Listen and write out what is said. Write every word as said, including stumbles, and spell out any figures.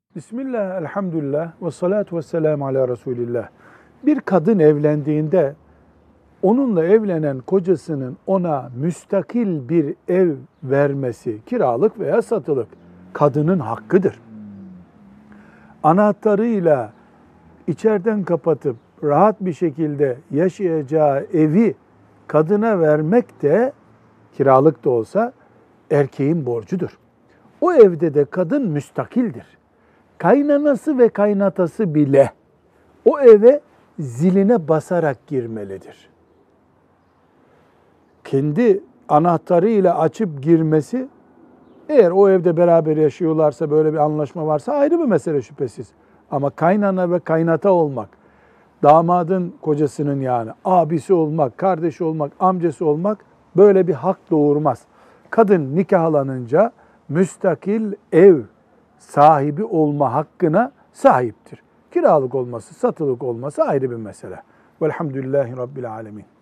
Bismillah, elhamdülillah ve salatu ve selamu ala Resulillah. Bir kadın evlendiğinde onunla evlenen kocasının ona müstakil bir ev vermesi, kiralık veya satılık, kadının hakkıdır. Anahtarıyla içeriden kapatıp rahat bir şekilde yaşayacağı evi kadına vermek de, kiralık da olsa, erkeğin borcudur. O evde de kadın müstakildir. Kaynanası ve kaynatası bile o eve ziline basarak girmelidir. Kendi anahtarıyla açıp girmesi, eğer o evde beraber yaşıyorlarsa, böyle bir anlaşma varsa ayrı bir mesele şüphesiz. Ama kaynana ve kaynata olmak, damadın kocasının yani abisi olmak, kardeşi olmak, amcası olmak böyle bir hak doğurmaz. Kadın nikahlanınca müstakil ev sahibi olma hakkına sahiptir. Kiralık olması, satılık olması ayrı bir mesele. Velhamdülillahi Rabbil alemin.